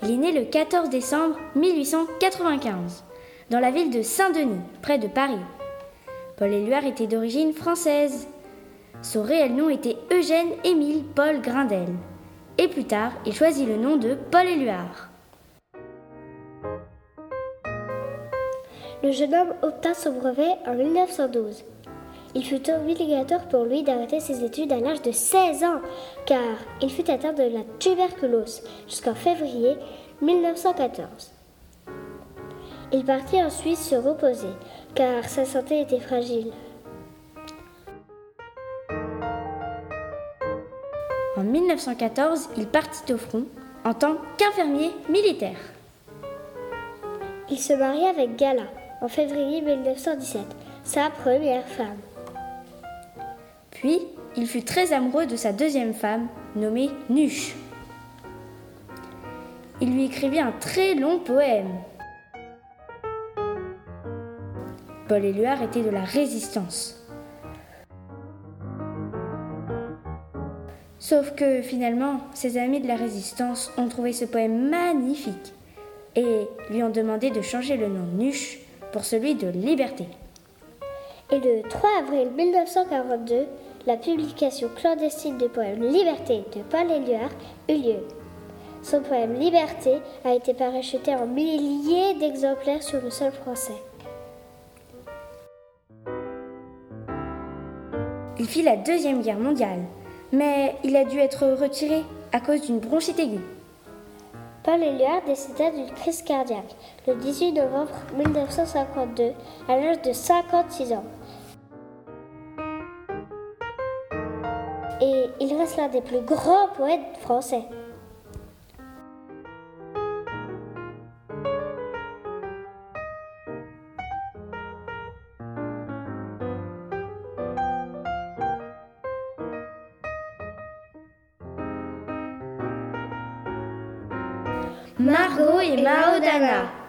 Il est né le 14 décembre 1895, dans la ville de Saint-Denis, près de Paris. Paul Éluard était d'origine française. Son réel nom était Eugène-Émile Paul Grindel. Et plus tard, il choisit le nom de Paul Éluard. Le jeune homme obtint son brevet en 1912. Il fut obligatoire pour lui d'arrêter ses études à l'âge de 16 ans, car il fut atteint de la tuberculose jusqu'en février 1914. Il partit en Suisse se reposer, car sa santé était fragile. En 1914, il partit au front en tant qu'infirmier militaire. Il se maria avec Gala en février 1917, sa première femme. Puis, il fut très amoureux de sa deuxième femme, nommée Nuche. Il lui écrivit un très long poème. Paul Éluard était de la Résistance. Sauf que finalement, ses amis de la Résistance ont trouvé ce poème magnifique et lui ont demandé de changer le nom Nuche pour celui de Liberté. Et le 3 avril 1942, la publication clandestine du poème Liberté de Paul Éluard eut lieu. Son poème Liberté a été parachuté en milliers d'exemplaires sur le sol français. Il fit la Deuxième Guerre mondiale, mais il a dû être retiré à cause d'une bronchite aiguë. Paul Éluard décéda d'une crise cardiaque le 18 novembre 1952 à l'âge de 56 ans. Et il reste l'un des plus grands poètes français. Margot et Maodana.